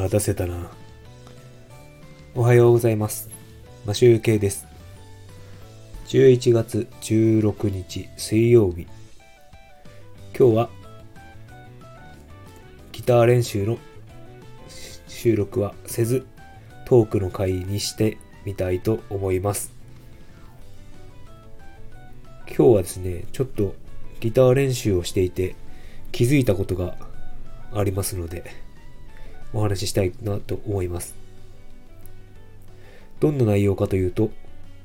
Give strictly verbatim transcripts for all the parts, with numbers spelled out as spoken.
あ、出せたな。おはようございます。マシュウケイです。じゅういちがつじゅうろくにち水曜日。今日はギター練習の収録はせずトークの回にしてみたいと思います。今日はですね、ちょっとギター練習をしていて気づいたことがありますのでお話ししたいなと思います。どんな内容かというと、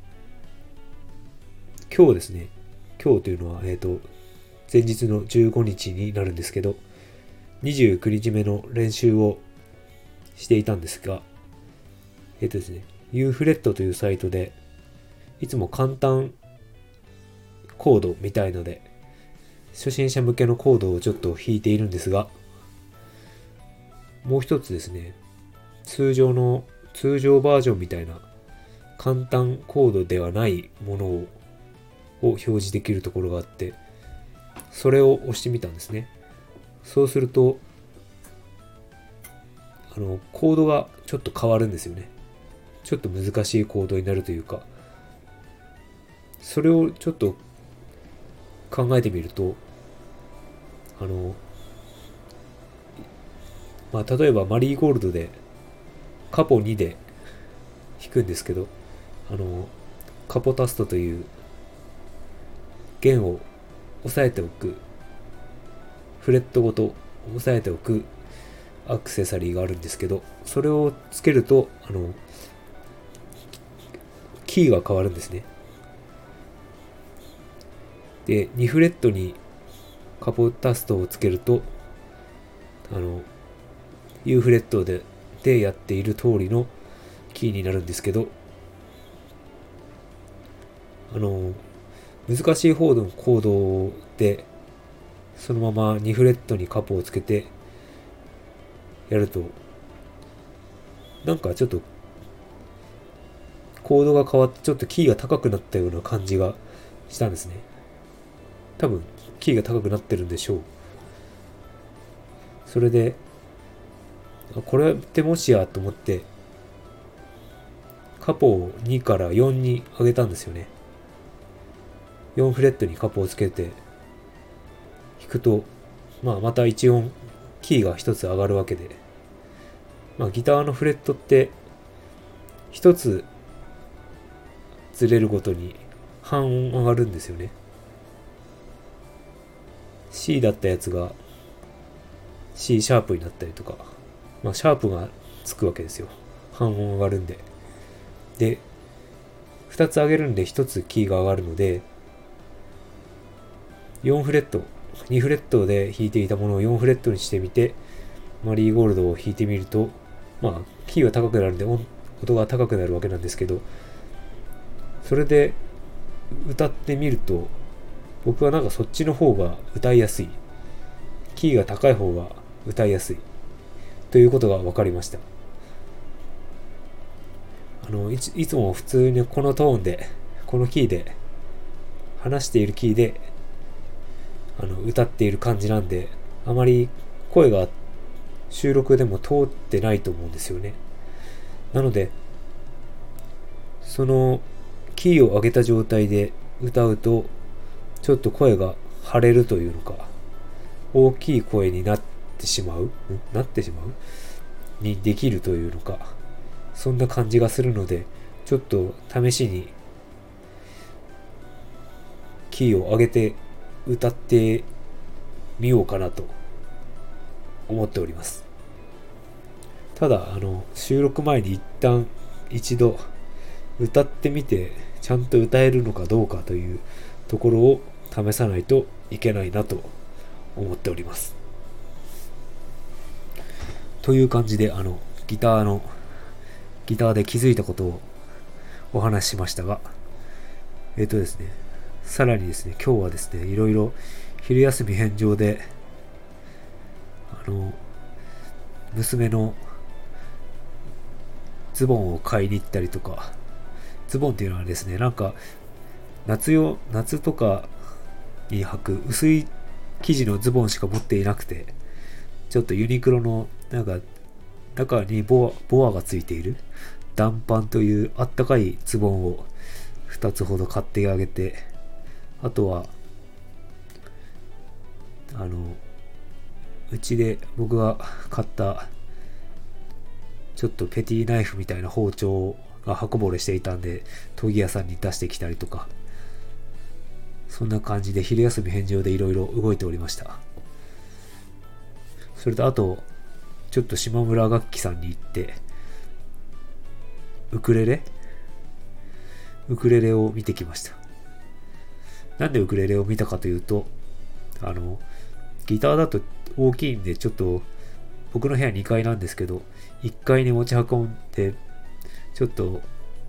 今日ですね、今日というのは、えっと、前日のじゅうごにちになるんですけど、にじゅうくにちめの練習をしていたんですが、えっとですね、ユーフレットというサイトで、いつも簡単コードみたいので、初心者向けのコードをちょっと弾いているんですが、もう一つですね、通常の、通常バージョンみたいな簡単コードではないものをを表示できるところがあって、それを押してみたんですね。そうすると、あの、コードがちょっと変わるんですよね。ちょっと難しいコードになるというか、それをちょっと考えてみると、あの、まあ、例えばマリーゴールドでカポにで弾くんですけど、あの、カポタストという弦を押さえておく、フレットごと押さえておくアクセサリーがあるんですけど、それをつけると、あの、キーが変わるんですね。で、にフレットにカポタストをつけると、あの、ユーフレットで、でやっている通りのキーになるんですけど、あの、難しい方のコードで、そのままにフレットにカポをつけてやると、なんかちょっとコードが変わってちょっとキーが高くなったような感じがしたんですね。多分キーが高くなってるんでしょう。それで、これってもしやと思ってカポをにからよんに上げたんですよね。よんフレットにカポをつけて弾くと、まあまたいち音キーがひとつ上がるわけで、まあギターのフレットってひとつずれるごとに半音上がるんですよね。C だったやつが C シャープになったりとか、まあシャープがつくわけですよ。半音上がるんで。で、ふたつ上げるんでひとつキーが上がるので、よんフレット、にフレットで弾いていたものをよんフレットにしてみて、マリーゴールドを弾いてみると、まあ、キーが高くなるんで音が高くなるわけなんですけど、それで歌ってみると、僕はなんかそっちの方が歌いやすい。キーが高い方が歌いやすい。ということが分かりました。あの、いつ、いつも普通にこのトーンで、このキーで、話しているキーで、あの、歌っている感じなんで、あまり声が収録でも通ってないと思うんですよね。なので、その、キーを上げた状態で歌うと、ちょっと声が張れるというのか、大きい声になってしまう、なってしまうにできるというのか、そんな感じがするので、ちょっと試しにキーを上げて歌ってみようかなと思っております。ただ、あの、収録前に一旦一度歌ってみて、ちゃんと歌えるのかどうかというところを試さないといけないなと思っております。という感じで、あの、ギターの、ギターで気づいたことをお話ししましたが、えっとですね、さらにですね、今日はですね、いろいろ昼休み返上で、あの、娘のズボンを買いに行ったりとか、ズボンっていうのはですね、なんか、夏用、夏とかに履く薄い生地のズボンしか持っていなくて、ちょっとユニクロの、なんか、 中にボア、ボアがついている暖パンというあったかいズボンをふたつほど買ってあげて、あとはあのうちで僕が買ったちょっとペティナイフみたいな包丁が刃こぼれしていたんで、研ぎ屋さんに出してきたりとか、そんな感じで昼休み返上でいろいろ動いておりました。それとあとちょっと島村楽器さんに行ってウクレレウクレレを見てきました。なんでウクレレを見たかというと、あのギターだと大きいんで、ちょっと僕の部屋にかいなんですけど、いっかいに持ち運んでちょっと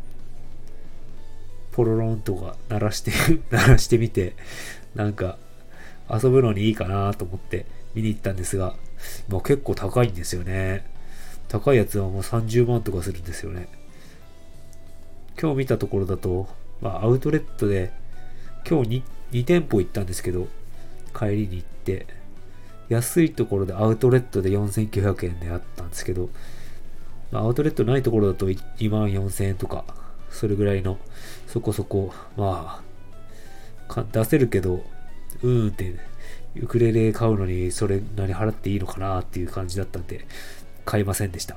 ポロロンとか鳴らして鳴らしてみて、なんか遊ぶのにいいかなと思って見に行ったんですが、もう結構高いんですよね。高いやつはもうさんじゅうまんとかするんですよね。今日見たところだと、まあアウトレットで今日 に, に店舗行ったんですけど、帰りに行って安いところでアウトレットでよんせんきゅうひゃくえんであったんですけど、まあ、アウトレットないところだとにまんよんせんえんとか、それぐらいのそこそこまあ出せるけど、うーんってウクレレ買うのにそれ何払っていいのかなっていう感じだったんで買いませんでした。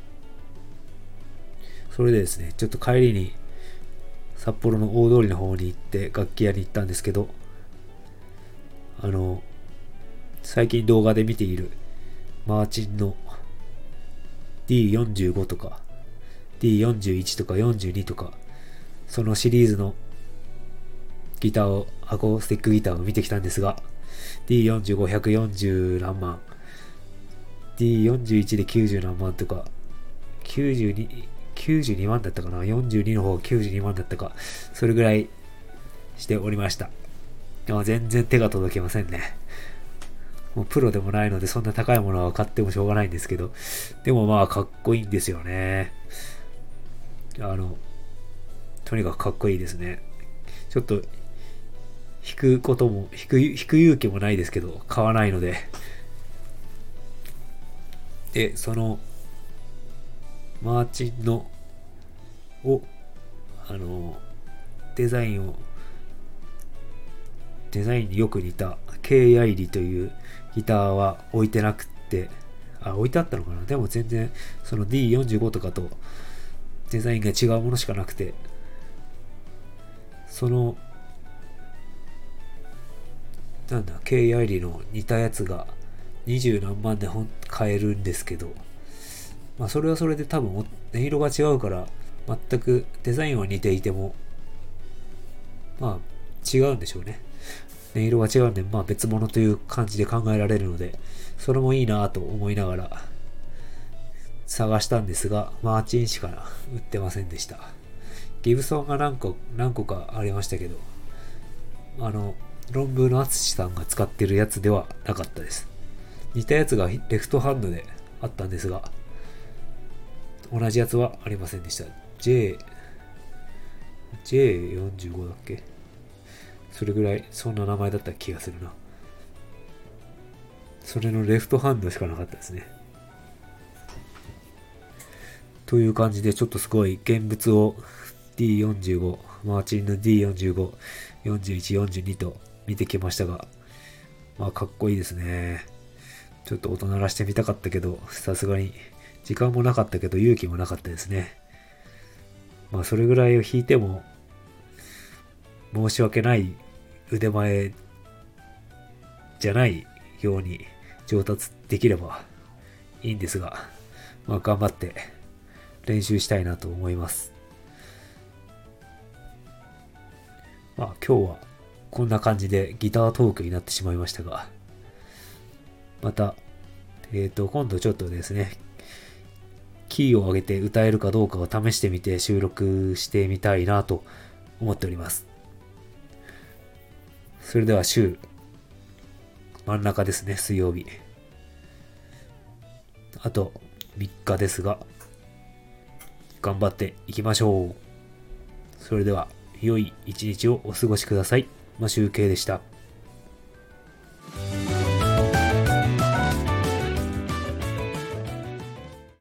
それでですね、ちょっと帰りに札幌の大通りの方に行って楽器屋に行ったんですけど、あの最近動画で見ているマーチンの ディーよんじゅうご とか ディーよんじゅういち とかよんじゅうにとか、そのシリーズのギターを、アコースティックギターを見てきたんですが、 ディーよんじゅうご、ひゃくよんじゅう何万、 ディーよんじゅういち できゅうじゅう何万とか、きゅうじゅうに、きゅうじゅうにまんだったかな、よんじゅうにの方がきゅうじゅうにまんだったか、それぐらいしておりました。でも全然手が届きませんね。もうプロでもないのでそんな高いものは買ってもしょうがないんですけど、でもまあかっこいいんですよね。あのとにかくかっこいいですね。ちょっと弾くことも弾く弾く勇気もないですけど買わないので、でそのマーチンのをあのデザインをデザインによく似た ケーアイ リというギターは置いてなくって、あ、置いてあったのかな。でも全然その ディーよんじゅうご とかとデザインが違うものしかなくて、そのなんだ ケーアイ リの似たやつがにじゅう何万で買えるんですけど、まあそれはそれで多分音色が違うから全くデザインは似ていてもまあ違うんでしょうね。音色が違うんで、まあ別物という感じで考えられるので、それもいいなと思いながら探したんですが、マーチンしか売ってませんでした。ギブソンが何個何個かありましたけど、あのロンブーの淳さんが使ってるやつではなかったです。似たやつがレフトハンドであったんですが、同じやつはありませんでした。 Jジェイよんじゅうご だっけ、それぐらいそんな名前だった気がするな。それのレフトハンドしかなかったですね。という感じで、ちょっとすごい現物を ディーよんじゅうご、マーチンの ディーよんじゅうご、よんじゅういち、よんじゅうにと見てきましたが、まあかっこいいですね。ちょっと音鳴らしてみたかったけど、さすがに時間もなかったけど勇気もなかったですね。まあそれぐらいを弾いても申し訳ない腕前じゃないように上達できればいいんですが、まあ頑張って練習したいなと思います。まあ今日はこんな感じでギタートークになってしまいましたが、またえっと今度ちょっとですね、キーを上げて歌えるかどうかを試してみて収録してみたいなと思っております。それでは週真ん中ですね、水曜日。あとみっかですが、頑張っていきましょう。それでは良い一日をお過ごしください。マシュウケイでした。